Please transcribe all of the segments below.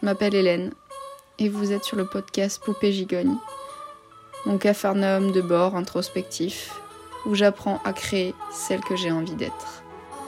m'appelle Hélène et vous êtes sur le podcast Poupée Gigogne, mon capharnaüm de bord introspectif où j'apprends à créer celle que j'ai envie d'être.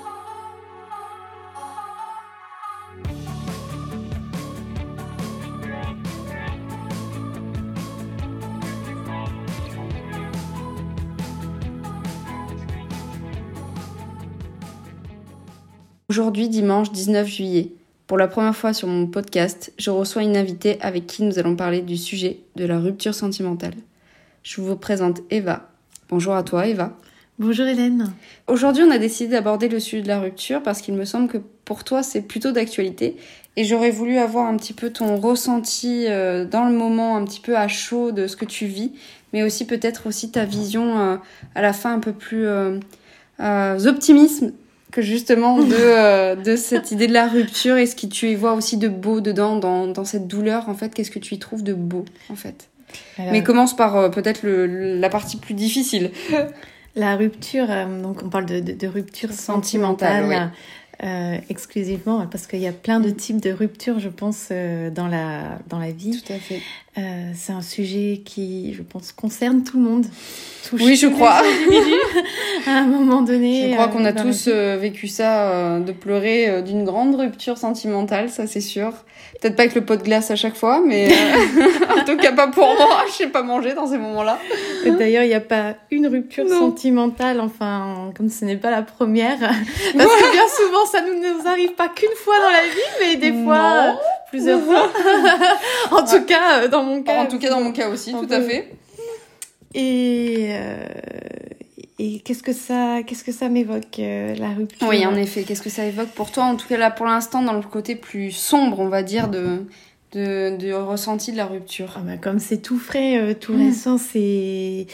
Aujourd'hui, dimanche 19 juillet, pour la première fois sur mon podcast, je reçois une invitée avec qui nous allons parler du sujet de la rupture sentimentale. Je vous présente Eva. Bonjour à toi, Eva. Bonjour Hélène. Aujourd'hui, on a décidé d'aborder le sujet de la rupture parce qu'il me semble que pour toi, c'est plutôt d'actualité. Et j'aurais voulu avoir un petit peu ton ressenti dans le moment, un petit peu à chaud de ce que tu vis, mais aussi peut-être aussi ta vision à la fin un peu plus optimisme que justement de cette idée de la rupture et ce que tu y vois aussi de beau dedans, dans cette douleur, en fait. Qu'est-ce que tu y trouves de beau, en fait? Mais commence par peut-être la partie plus difficile. La rupture, donc on parle de rupture sentimentale, oui. Exclusivement, parce qu'il y a plein de types de ruptures, je pense, dans la vie. Tout à fait. C'est un sujet qui, je pense, concerne tout le monde. Oui, je crois. À un moment donné. Je crois qu'on a tous vécu ça, de pleurer d'une grande rupture sentimentale, ça c'est sûr. Peut-être pas avec le pot de glace à chaque fois, mais en tout cas pas pour moi. Je sais pas manger dans ces moments-là. Et d'ailleurs, il n'y a pas une rupture sentimentale, enfin, comme ce n'est pas la première. Parce que bien souvent, ça ne nous arrive pas qu'une fois dans la vie, mais des fois, plusieurs fois. En tout cas, dans mon cas. En tout cas, dans mon cas aussi, tout à fait. Et qu'est-ce que ça m'évoque, la rupture? Oui, en effet. Qu'est-ce que ça évoque pour toi? En tout cas, là, pour l'instant, dans le côté plus sombre, on va dire, de ressenti de la rupture. Ah bah, comme c'est tout frais, tout récent, c'est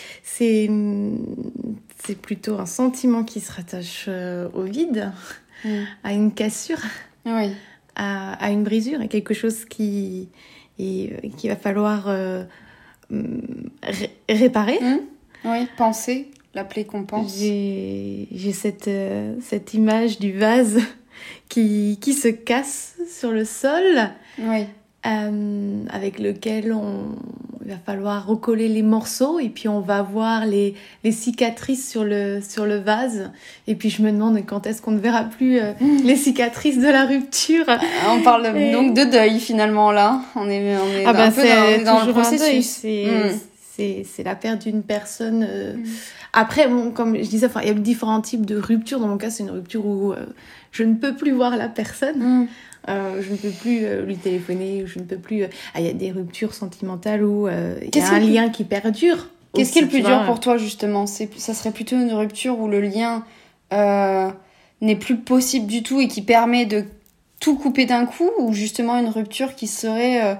plutôt un sentiment qui se rattache au vide, à une cassure, à une brisure, à quelque chose qui va falloir réparer. Oui, penser, l'appeler qu'on pense. J'ai cette image du vase qui se casse sur le sol, avec lequel il va falloir recoller les morceaux, et puis on va voir les cicatrices sur le vase. Et puis je me demande quand est-ce qu'on ne verra plus les cicatrices de la rupture. On parle donc de deuil finalement là. On est un peu dans le processus. C'est la perte d'une personne. Après, bon, comme je disais, il y a différents types de ruptures. Dans mon cas, c'est une rupture où je ne peux plus voir la personne. Je ne peux plus lui téléphoner. Je ne peux plus. Il y a des ruptures sentimentales où il y a un lien qui perdure. Qu'est-ce qui est le plus dur pour toi, justement? Ça serait plutôt une rupture où le lien n'est plus possible du tout et qui permet de tout couper d'un coup, ou justement une rupture qui serait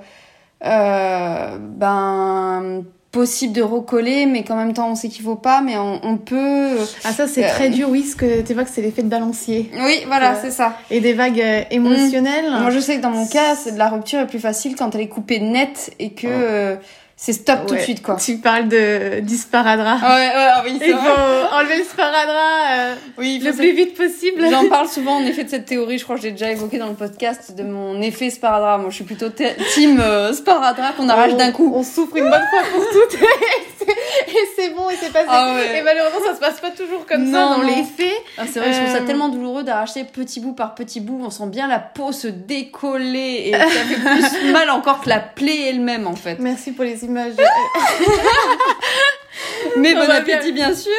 possible de recoller, mais qu'en même temps on sait qu'il faut pas, mais on peut... Ah, ça c'est très dur, oui, parce que tu vois que c'est l'effet de balancier. Oui, voilà, c'est ça. Et des vagues émotionnelles. Moi je sais que dans mon cas, la rupture est plus facile quand elle est coupée net et que c'est stop tout de suite, quoi. Tu parles du sparadrap. Oui, c'est Il faut enlever le sparadrap le plus vite possible. J'en parle souvent, en effet, de cette théorie. Je crois que je l'ai déjà évoqué dans le podcast, de mon effet sparadrap. Moi, je suis plutôt team sparadrap qu'on arrache d'un coup. On souffre une bonne fois pour toutes. Et c'est bon, et c'est passé. Et malheureusement, ça se passe pas toujours comme ça dans les faits. C'est vrai, je trouve ça tellement douloureux d'arracher petit bout par petit bout. On sent bien la peau se décoller et ça fait plus mal encore que la plaie elle-même, en fait. Merci pour les images. Mais bon appétit, bien sûr.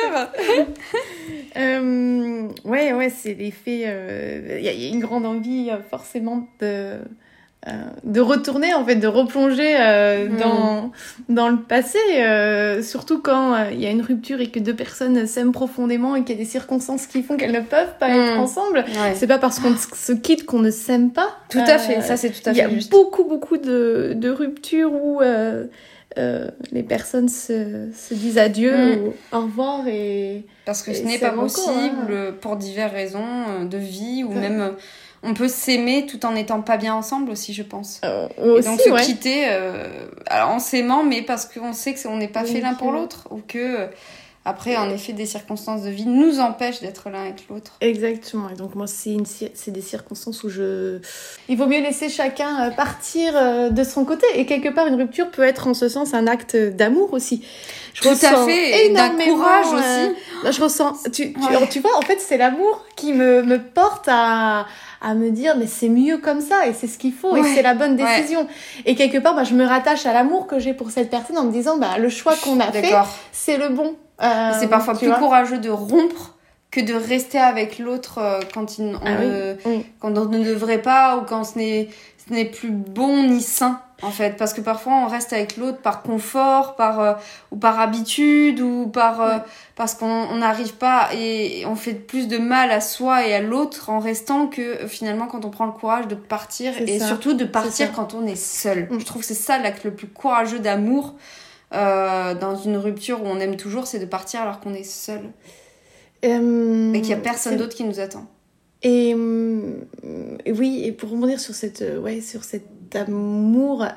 Ouais, c'est l'effet. Il y a une grande envie, forcément, de retourner, en fait, de replonger dans le passé, surtout quand il y a une rupture et que deux personnes s'aiment profondément et qu'il y a des circonstances qui font qu'elles ne peuvent pas être ensemble. C'est pas parce qu'on se quitte qu'on ne s'aime pas. Tout à fait, ça c'est tout à fait juste. Il y a beaucoup de ruptures où les personnes se disent adieu ou au revoir, parce que ce n'est pas possible pour diverses raisons de vie, ou même on peut s'aimer tout en n'étant pas bien ensemble aussi, je pense. Et donc se quitter alors en s'aimant, mais parce qu'on sait qu'on n'est pas fait l'un pour l'autre, ou que Après, en effet, des circonstances de vie nous empêchent d'être l'un avec l'autre. Exactement. Et donc moi, c'est des circonstances où il vaut mieux laisser chacun partir de son côté. Et quelque part, une rupture peut être en ce sens un acte d'amour aussi. Tout à fait, et d'un courage aussi. Je ressens. Tu vois, en fait, c'est l'amour qui me porte à me dire mais c'est mieux comme ça et c'est ce qu'il faut et c'est la bonne décision. Et quelque part, je me rattache à l'amour que j'ai pour cette personne en me disant le choix qu'on a fait, c'est le bon. C'est parfois plus courageux de rompre que de rester avec l'autre quand quand on ne devrait pas ou quand ce n'est plus bon ni sain en fait, parce que parfois on reste avec l'autre par confort, ou par habitude ou parce qu'on n'arrive pas et on fait plus de mal à soi et à l'autre en restant que finalement quand on prend le courage de partir surtout de partir quand on est seul. Je trouve que c'est ça l'acte le plus courageux d'amour. Dans une rupture où on aime toujours, c'est de partir alors qu'on est seul et qu'il n'y a personne d'autre qui nous attend. Et oui, et pour rebondir sur cet amour,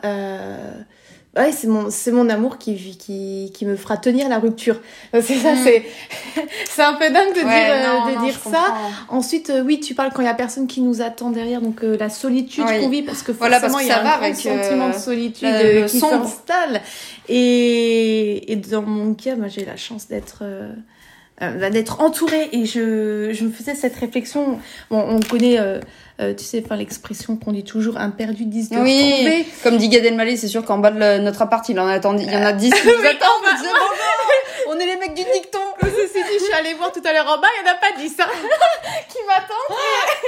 c'est mon amour qui me fera tenir la rupture. C'est ça, c'est un peu dingue de dire ça. Ensuite, oui, tu parles quand il y a personne qui nous attend derrière, donc la solitude qu'on vit, parce que forcément il y a un grand sentiment de solitude qui s'installe. Et dans mon cas, moi j'ai la chance d'être entourée, et je me faisais cette réflexion. Bon, on connaît tu sais, l'expression qu'on dit toujours, un perdu 10 de retrouver. Comme dit Gad Elmaleh, c'est sûr qu'en bas de notre appart il y en a 10 qui nous attendent. Bonjour, on est les mecs du dicton. Ceci dit, je suis allée voir tout à l'heure en bas, il n'y en a pas 10 qui m'attendent.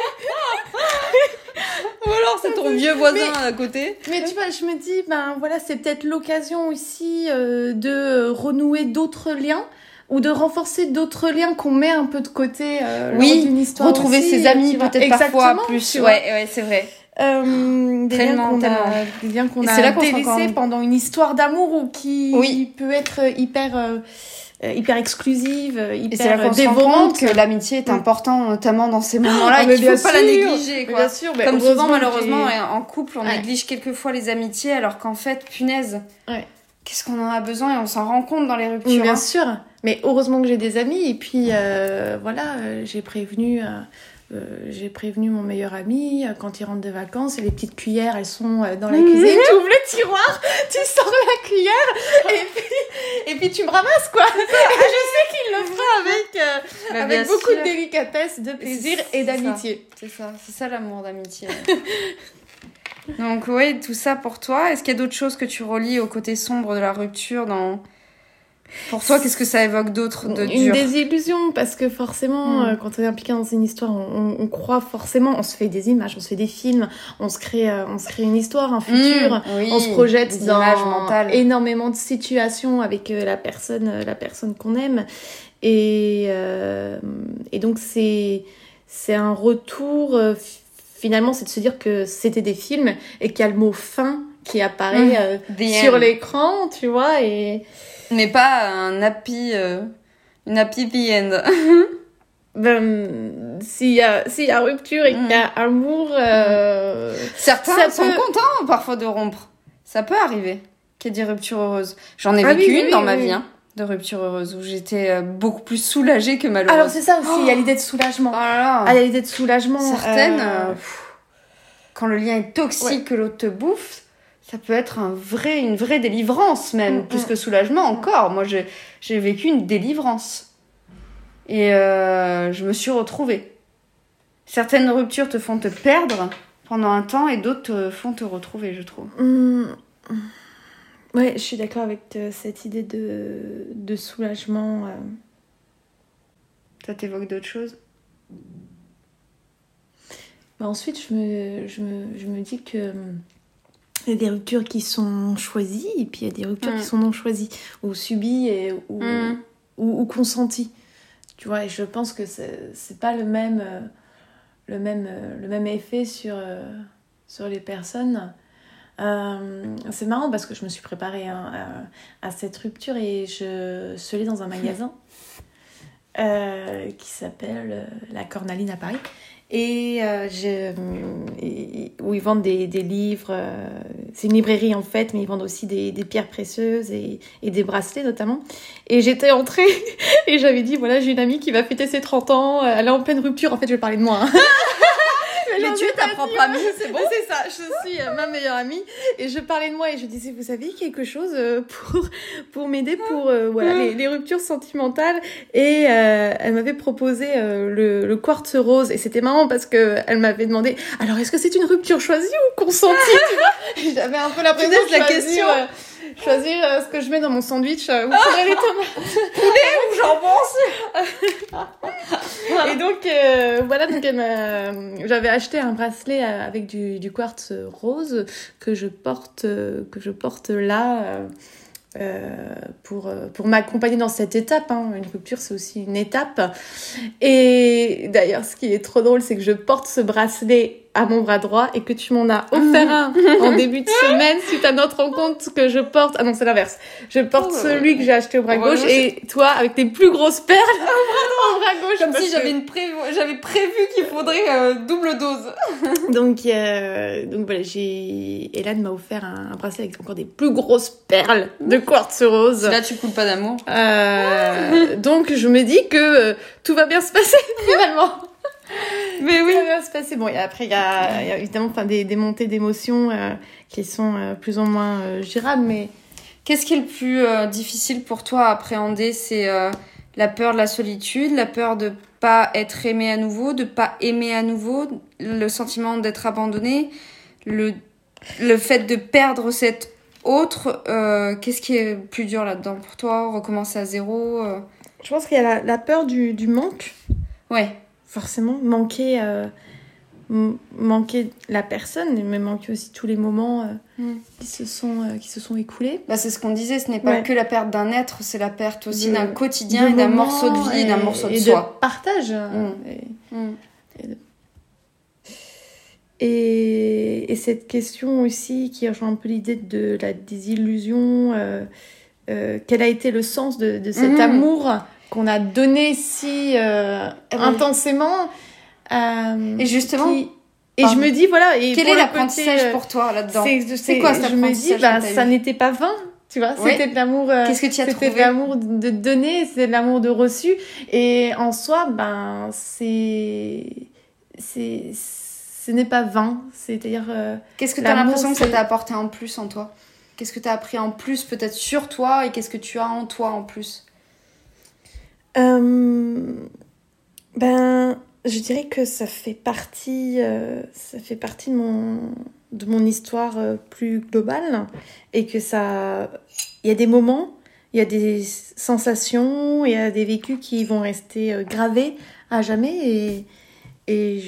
Ou alors c'est ton vieux voisin à côté. Mais tu vois, je me dis, c'est peut-être l'occasion aussi de renouer d'autres liens, ou de renforcer d'autres liens qu'on met un peu de côté lors d'une histoire. Retrouver aussi, ses amis peut-être parfois plus. Ouais, c'est vrai. Des liens qu'on a délaissés pendant une histoire d'amour ou qui peut être hyper exclusive, hyper dévorante. Que l'amitié est importante, notamment dans ces moments-là, et qu'il ne faut pas la négliger. Quoi. Bien sûr, comme souvent, malheureusement, en couple, on néglige quelquefois les amitiés, alors qu'en fait, punaise, qu'est-ce qu'on en a besoin, et on s'en rend compte dans les ruptures. Bien sûr, mais heureusement que j'ai des amis, et puis j'ai prévenu mon meilleur ami quand il rentre de vacances, et les petites cuillères, elles sont dans la cuisine. Tu ouvres le tiroir, tu sors la cuillère, et puis tu me ramasses, quoi. Je sais qu'il le fera avec beaucoup de délicatesse, de plaisir et d'amitié. C'est ça l'amour d'amitié. Donc oui, tout ça pour toi. Est-ce qu'il y a d'autres choses que tu relis au côté sombre de la rupture Pour toi, qu'est-ce que ça évoque d'autre de dur ? Une désillusion, parce que forcément, quand on est impliqué dans une histoire, on croit forcément, on se fait des images, on se fait des films, on se crée une histoire, un futur, on se projette dans énormément de situations avec la personne qu'on aime, et donc c'est un retour. Finalement, c'est de se dire que c'était des films et qu'il y a le mot fin qui apparaît sur l'écran, tu vois, et mais pas une happy the end. S'il y a rupture et qu'il y a amour, certains sont contents parfois de rompre. Ça peut arriver qu'il y ait des ruptures heureuses. J'en ai vécu une dans ma vie, de rupture heureuse, où j'étais beaucoup plus soulagée que malheureuse. Alors c'est ça aussi, il y a l'idée de soulagement. Il y a l'idée de soulagement. Certaines, quand le lien est toxique, que l'autre te bouffe, ça peut être une vraie délivrance même, plus que soulagement encore. Moi, j'ai vécu une délivrance. Et je me suis retrouvée. Certaines ruptures te font te perdre pendant un temps et d'autres te font te retrouver, je trouve. Ouais, je suis d'accord avec cette idée de soulagement. Ça t'évoque d'autres choses ? Ensuite, je me dis que il y a des ruptures qui sont choisies, et puis il y a des ruptures qui sont non choisies, ou subies, ou consenties. Tu vois, et je pense que c'est pas le même effet sur les personnes. C'est marrant parce que je me suis préparée à cette rupture, et je suis allée dans un magasin qui s'appelle La Cornaline à Paris, et où ils vendent des livres c'est une librairie en fait, mais ils vendent aussi des pierres précieuses et des bracelets notamment. Et j'étais entrée et j'avais dit, voilà, j'ai une amie qui va fêter ses 30 ans, elle est en pleine rupture. En fait, je vais parler de moi. Hein. Mais tu es ta propre amie, c'est bon. C'est ça, je suis ma meilleure amie. Et je parlais de moi et je disais, vous savez, quelque chose pour m'aider pour les ruptures sentimentales. Et elle m'avait proposé le quartz rose. Et c'était marrant parce que elle m'avait demandé, alors est-ce que c'est une rupture choisie ou consentie, tu vois? J'avais un peu l'impression de la question. Choisir ce que je mets dans mon sandwich. Vous prenez les tomates. Poulet ou jambon. Et donc, voilà, donc j'avais acheté un bracelet avec du quartz rose que je porte là pour m'accompagner dans cette étape. Hein. Une rupture, c'est aussi une étape. Et d'ailleurs, ce qui est trop drôle, c'est que je porte ce bracelet à mon bras droit et que tu m'en as offert un en début de semaine suite à notre rencontre que je porte. Ah non, c'est l'inverse. Je porte celui que j'ai acheté au bras gauche et toi avec tes plus grosses perles au bras gauche. Comme si j'avais prévu qu'il faudrait double dose. Donc voilà, Hélène m'a offert un bracelet avec encore des plus grosses perles de quartz rose. Là, tu coules pas d'amour. Donc je me dis que tout va bien se passer finalement. Mais oui. Ça va se passer. Bon, et après, il y a évidemment des montées d'émotions qui sont plus ou moins gérables, mais... Qu'est-ce qui est le plus difficile pour toi à appréhender? C'est la peur de la solitude, la peur de pas être aimé à nouveau, de pas aimer à nouveau, le sentiment d'être abandonné, le fait de perdre cet autre. Qu'est-ce qui est le plus dur là-dedans pour toi? Recommencer à zéro Je pense qu'il y a la peur du manque. Ouais. Forcément, manquer la personne, mais manquer aussi tous les moments qui se sont écoulés. Bah, c'est ce qu'on disait, ce n'est pas que la perte d'un être, c'est la perte aussi d'un quotidien et d'un morceau de vie et d'un morceau de soi. De partage. Et cette question aussi qui rejoint un peu l'idée de la désillusion, quel a été le sens de cet amour qu'on a donné si intensément. Et justement... Et je me dis, voilà... Et quel est l'apprentissage pour toi là-dedans? C'est quoi cet apprentissage? Je me dis, ça n'était pas vain, tu vois. Ouais. C'était de l'amour... Qu'est-ce que tu as trouvé? C'était de l'amour de donner, c'était de l'amour de reçu. Et en soi, ce n'est pas vain. C'est-à-dire... Qu'est-ce que tu as l'impression que ça t'a apporté en plus en toi? Qu'est-ce que tu as appris en plus peut-être sur toi et qu'est-ce que tu as en toi en plus? Je dirais que ça fait partie de mon histoire plus globale et que il y a des moments, il y a des sensations, il y a des vécus qui vont rester gravés à jamais et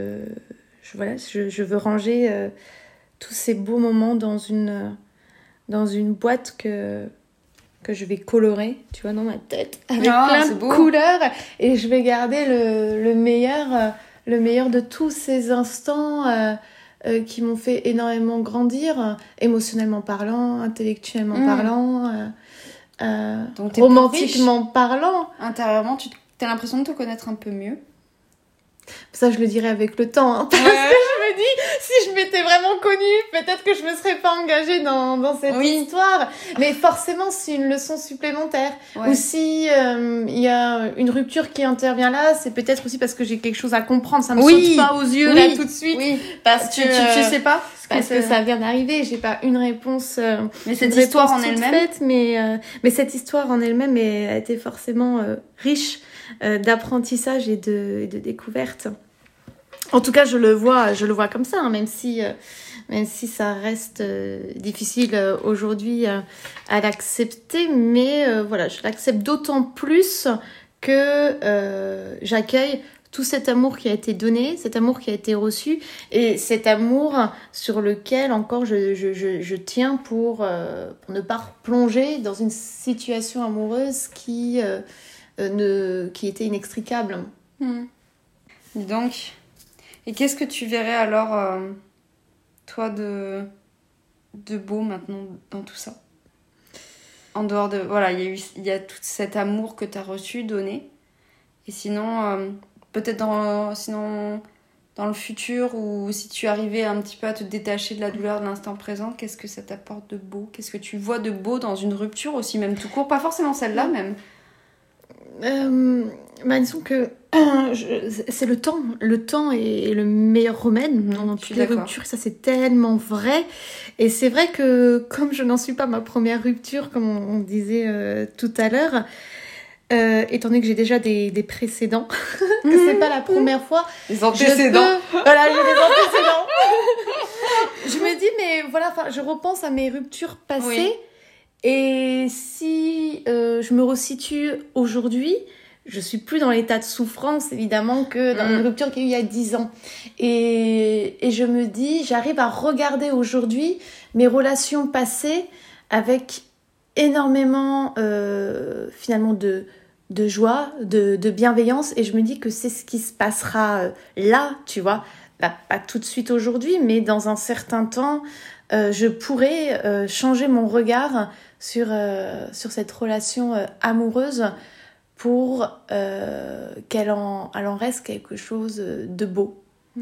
je veux ranger tous ces beaux moments dans une boîte que je vais colorer, tu vois, dans ma tête, avec plein de couleurs, et je vais garder le meilleur de tous ces instants qui m'ont fait énormément grandir, émotionnellement parlant, intellectuellement parlant, donc romantiquement parlant. Intérieurement, tu as l'impression de te connaître un peu mieux. Ça, je le dirais avec le temps, hein, parce que je me dis, si je m'étais vraiment connue, peut-être que je me serais pas engagée dans cette histoire. Mais forcément, c'est une leçon supplémentaire. Ou si il y a une rupture qui intervient là, c'est peut-être aussi parce que j'ai quelque chose à comprendre. Ça me saute pas aux yeux là tout de suite. Oui. Parce que tu sais pas. Parce que ça vient d'arriver. J'ai pas une réponse. Mais cette histoire en elle-même. Mais cette histoire en elle-même a été forcément riche d'apprentissage et de découverte. En tout cas, je le vois comme ça, hein, même si ça reste difficile aujourd'hui à l'accepter, mais voilà, je l'accepte d'autant plus que j'accueille tout cet amour qui a été donné, cet amour qui a été reçu, et cet amour sur lequel encore je tiens pour ne pas plonger dans une situation amoureuse qui était inextricable. Dis donc, et qu'est-ce que tu verrais alors, toi, de beau maintenant dans tout ça? En dehors de... Voilà, il y a tout cet amour que tu as reçu, donné. Et sinon, peut-être dans le futur, ou si tu arrivais un petit peu à te détacher de la douleur de l'instant présent, qu'est-ce que ça t'apporte de beau? Qu'est-ce que tu vois de beau dans une rupture aussi, même tout court? Pas forcément celle-là, même. Disons que c'est le temps. Le temps est le meilleur remède dans toutes les ruptures. Ça, c'est tellement vrai. Et c'est vrai que, comme je n'en suis pas ma première rupture, comme on disait tout à l'heure, étant donné que j'ai déjà des précédents, que c'est pas la première fois. Les antécédents. Voilà, j'ai des antécédents. Je me dis, mais voilà, je repense à mes ruptures passées. Oui. Et si je me resitue aujourd'hui, je suis plus dans l'état de souffrance, évidemment, que dans une rupture qu'il y a eu il y a 10 ans. Et je me dis, j'arrive à regarder aujourd'hui mes relations passées avec énormément, finalement, de joie, de bienveillance. Et je me dis que c'est ce qui se passera là, tu vois. Pas tout de suite aujourd'hui, mais dans un certain temps, je pourrais changer mon regard sur cette relation amoureuse pour qu'elle en reste quelque chose de beau.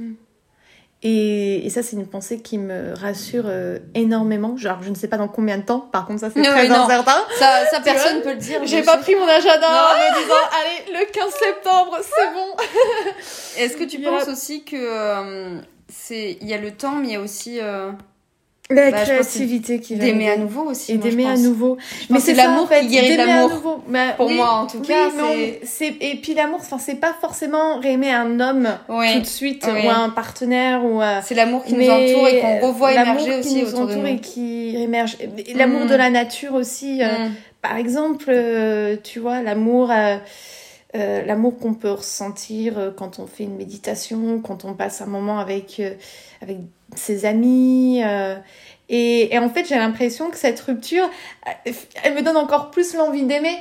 Et ça, c'est une pensée qui me rassure énormément. Genre, je ne sais pas dans combien de temps. Par contre, ça, c'est très incertain. Ça personne peut le dire. J'ai pas pris mon agenda en me disant, allez, le 15 septembre, c'est bon. Est-ce que tu penses aussi que il y a le temps, mais il y a aussi... la créativité qui va d'aimer à nouveau aussi. Et d'aimer à nouveau. Mais c'est l'amour qui guérit l'amour. Pour moi, en tout cas, et puis l'amour, c'est pas forcément aimer un homme tout de suite, ou un partenaire, ou c'est l'amour qui nous entoure et qu'on revoit émerger aussi autour de nous. Et qui émerge. L'amour de la nature aussi. Par exemple, tu vois, l'amour qu'on peut ressentir quand on fait une méditation, quand on passe un moment avec ses amis. Et en fait, j'ai l'impression que cette rupture, elle me donne encore plus l'envie d'aimer.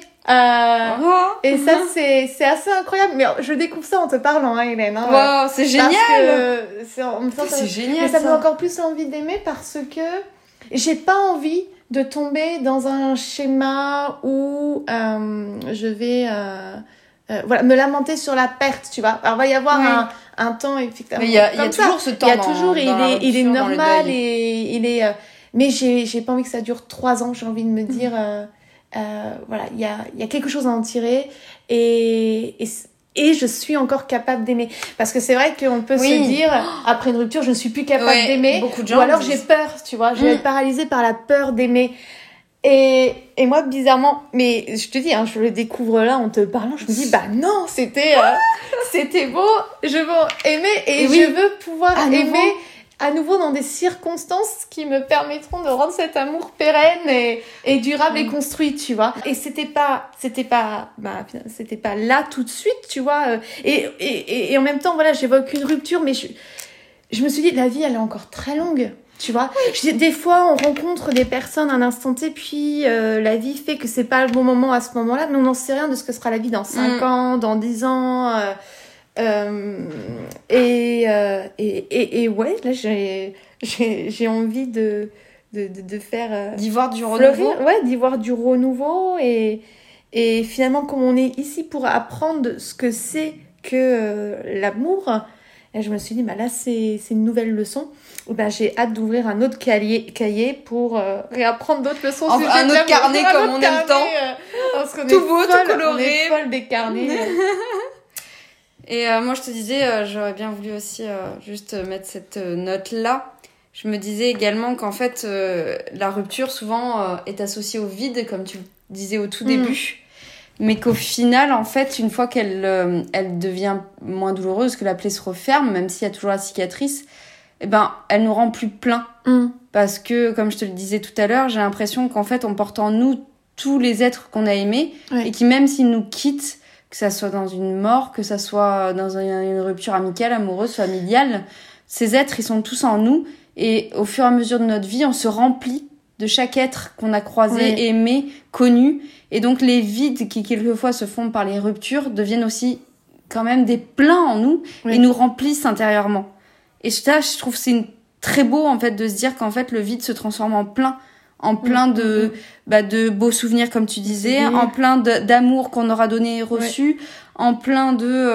Et ça, c'est assez incroyable. Mais je découvre ça en te parlant, hein, Hélène. Wow, c'est génial! C'est génial. Mais ça me donne encore plus l'envie d'aimer parce que j'ai pas envie de tomber dans un schéma où je vais... me lamenter sur la perte, tu vois. Alors, il va y avoir un temps, effectivement. Mais il y a toujours ce temps. Il y a toujours, et il est normal, et il est, mais j'ai pas envie que ça dure 3 ans. J'ai envie de me dire, voilà, il y a quelque chose à en tirer, et je suis encore capable d'aimer. Parce que c'est vrai qu'on peut se dire, après une rupture, je ne suis plus capable d'aimer. Beaucoup de gens ou alors j'ai peur, tu vois. Je vais être paralysée par la peur d'aimer. Et moi, bizarrement, mais je te dis, je le découvre là en te parlant, je me dis, bah non, c'était beau, je veux aimer et je veux pouvoir aimer à nouveau dans des circonstances qui me permettront de rendre cet amour pérenne et durable et construit, tu vois. Et c'était pas là tout de suite, tu vois. Et en même temps, voilà, j'évoque une rupture, mais je me suis dit, la vie, elle est encore très longue. Tu vois, des fois, on rencontre des personnes à un instant T, puis la vie fait que c'est pas le bon moment à ce moment-là, mais on n'en sait rien de ce que sera la vie dans 5 ans, dans 10 ans. Et ouais, là, j'ai envie de faire... d'y voir du renouveau. Ouais, d'y voir du renouveau. Et finalement, comme on est ici pour apprendre ce que c'est que l'amour... Et je me suis dit, là, c'est une nouvelle leçon. J'ai hâte d'ouvrir un autre cahier pour réapprendre d'autres leçons. Un autre carnet comme on aime tant. Parce qu'on tout beau, tout coloré. On est folle des carnets. Et moi, je te disais, j'aurais bien voulu aussi juste mettre cette note-là. Je me disais également qu'en fait, la rupture, souvent, est associée au vide, comme tu le disais au tout début. Mais qu'au final, en fait, une fois qu'elle devient moins douloureuse, que la plaie se referme, même s'il y a toujours la cicatrice, elle nous rend plus plein. Parce que, comme je te le disais tout à l'heure, j'ai l'impression qu'en fait, on porte en nous tous les êtres qu'on a aimés, et qui, même s'ils nous quittent, que ça soit dans une mort, que ça soit dans une rupture amicale, amoureuse, familiale, ces êtres, ils sont tous en nous, et au fur et à mesure de notre vie, on se remplit de chaque être qu'on a croisé, aimé, connu. Et donc, les vides qui, quelquefois, se font par les ruptures deviennent aussi quand même des pleins en nous et nous remplissent intérieurement. Et ça, je trouve que c'est très beau, en fait, de se dire qu'en fait, le vide se transforme en plein de beaux souvenirs, comme tu disais, en plein d'amour qu'on aura donné et reçu, en plein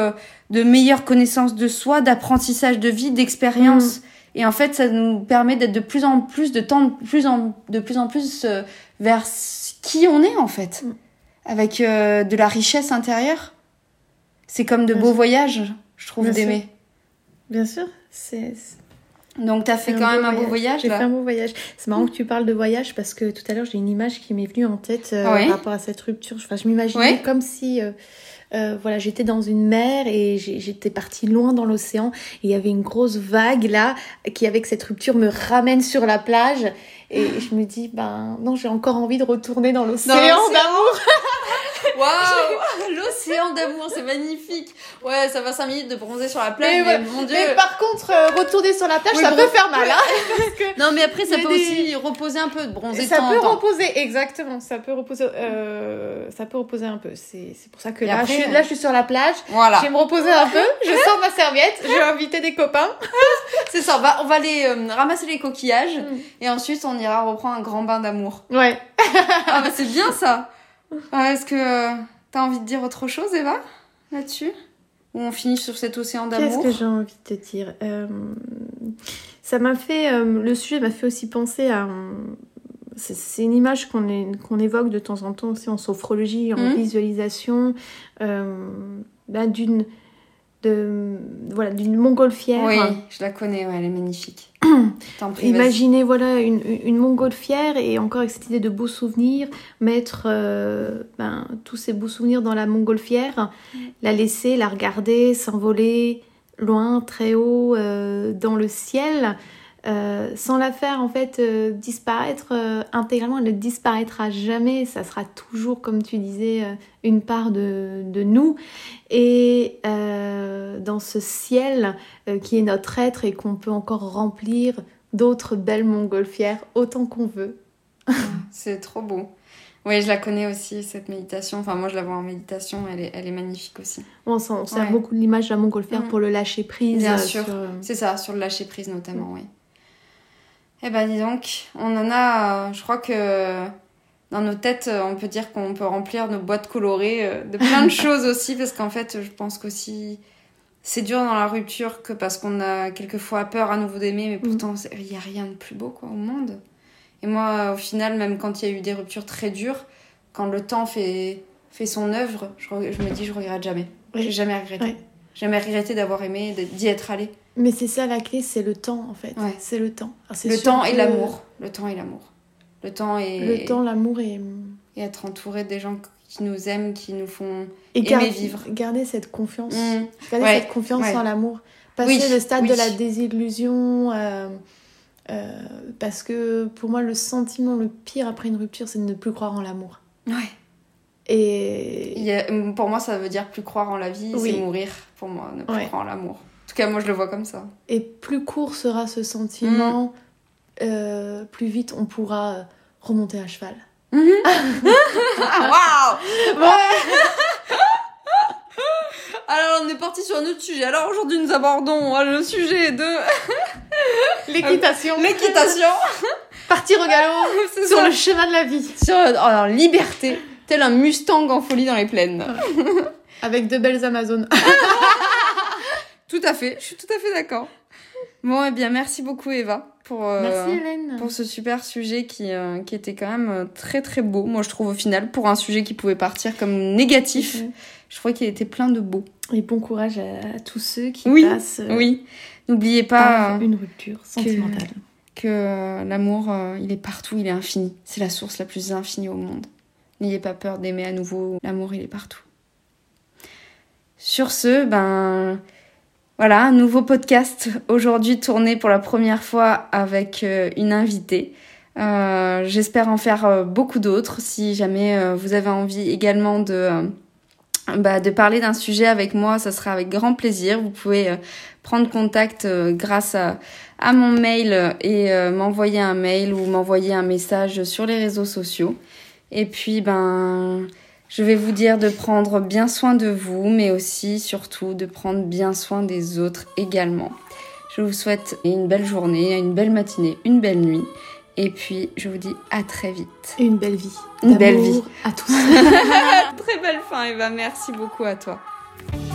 de meilleure connaissance de soi, d'apprentissage de vie, d'expérience. Et en fait, ça nous permet d'être de plus en plus, de tendre de plus en plus vers qui on est, en fait. Avec de la richesse intérieure. C'est comme de beaux voyages, je trouve, d'aimer. Bien sûr, Donc, t'as fait quand même un beau voyage, là. J'ai fait un beau voyage. C'est marrant que tu parles de voyage parce que tout à l'heure, j'ai une image qui m'est venue en tête par rapport à cette rupture. Enfin, je m'imaginais comme si voilà, j'étais dans une mer et j'étais partie loin dans l'océan. Et il y avait une grosse vague là qui, avec cette rupture, me ramène sur la plage. Et je me dis, non, j'ai encore envie de retourner dans l'océan d'amour. Waouh, l'océan d'amour, c'est magnifique. Ouais, ça va 5 minutes de bronzer sur la plage, mais mon Dieu. Mais par contre, retourner sur la plage, ça peut faire mal, hein. Parce que non, mais après, ça peut aussi reposer un peu, de bronzer de temps en temps. Ça peut reposer, exactement. Ça peut reposer un peu. C'est pour ça que là, après, je suis sur la plage. Voilà. Je vais me reposer un peu. Je sors ma serviette. Je vais inviter des copains. C'est ça. On va aller ramasser les coquillages et ensuite on ira reprendre un grand bain d'amour. Ouais. Ah bah c'est bien ça. Est-ce que t'as envie de dire autre chose, Eva, là-dessus? Ou on finit sur cet océan d'amour? Qu'est-ce que j'ai envie de te dire? Ça m'a fait... le sujet m'a fait aussi penser à... C'est une image qu'on évoque de temps en temps aussi en sophrologie, en visualisation, d'une montgolfière. Oui, je la connais, elle est magnifique. Imaginez une montgolfière et encore avec cette idée de beaux souvenirs, mettre tous ces beaux souvenirs dans la montgolfière, la laisser, la regarder, s'envoler loin, très haut dans le ciel, sans la faire en fait disparaître intégralement. Elle ne disparaîtra jamais, ça sera toujours, comme tu disais, une part de nous. Et dans ce ciel qui est notre être et qu'on peut encore remplir d'autres belles montgolfières autant qu'on veut. C'est trop beau. Oui, je la connais aussi, cette méditation. Enfin, moi, je la vois en méditation. Elle est magnifique aussi. On sert beaucoup de l'image de la montgolfière pour le lâcher prise. Bien sûr. C'est ça, sur le lâcher prise notamment, oui. Eh ben, dis donc, on en a... je crois que dans nos têtes, on peut dire qu'on peut remplir nos boîtes colorées de plein de choses aussi. Parce qu'en fait, je pense qu'aussi... c'est dur dans la rupture que parce qu'on a quelquefois peur à nouveau d'aimer. Mais pourtant, il n'y a rien de plus beau au monde. Et moi, au final, même quand il y a eu des ruptures très dures, quand le temps fait son œuvre, je me dis, je regrette jamais. Oui. J'ai jamais regretté. Oui. Jamais regretté d'avoir aimé, d'y être allée. Mais c'est ça la clé, c'est le temps en fait. Ouais. C'est le temps. Alors, le temps et l'amour. Le temps et l'amour. Le temps, l'amour et être entouré des gens qui nous aiment, qui nous font aimer vivre. Garder cette confiance. Garder cette confiance en l'amour. Passer le stade de la désillusion... parce que pour moi le sentiment le pire après une rupture c'est de ne plus croire en l'amour. Et pour moi ça veut dire plus croire en la vie, c'est mourir pour moi, ne plus croire en l'amour. En tout cas moi je le vois comme ça. Et plus court sera ce sentiment, plus vite on pourra remonter à cheval. Waouh. Alors on est parti sur un autre sujet. Alors aujourd'hui nous abordons le sujet de l'équitation. Partir au galop sur le chemin de la vie. Sur liberté, tel un Mustang en folie dans les plaines. Avec de belles Amazones. Tout à fait, je suis tout à fait d'accord. Bon, eh bien, merci beaucoup Eva merci Hélène. Pour ce super sujet qui était quand même très très beau. Moi je trouve au final, pour un sujet qui pouvait partir comme négatif, je trouvais qu'il était plein de beau. Et bon courage à tous ceux qui passent N'oubliez pas une rupture sentimentale. Que l'amour, il est partout, il est infini. C'est la source la plus infinie au monde. N'ayez pas peur d'aimer à nouveau. L'amour, il est partout. Sur ce, voilà, un nouveau podcast aujourd'hui tourné pour la première fois avec une invitée. J'espère en faire beaucoup d'autres. Si jamais vous avez envie également de parler d'un sujet avec moi, ça sera avec grand plaisir. Vous pouvez prendre contact grâce à mon mail et m'envoyer un mail ou m'envoyer un message sur les réseaux sociaux. Et puis, je vais vous dire de prendre bien soin de vous, mais aussi, surtout, de prendre bien soin des autres également. Je vous souhaite une belle journée, une belle matinée, une belle nuit. Et puis, je vous dis à très vite. Et une belle vie. Une belle vie. À tous. Très belle fin, Eva. Merci beaucoup à toi.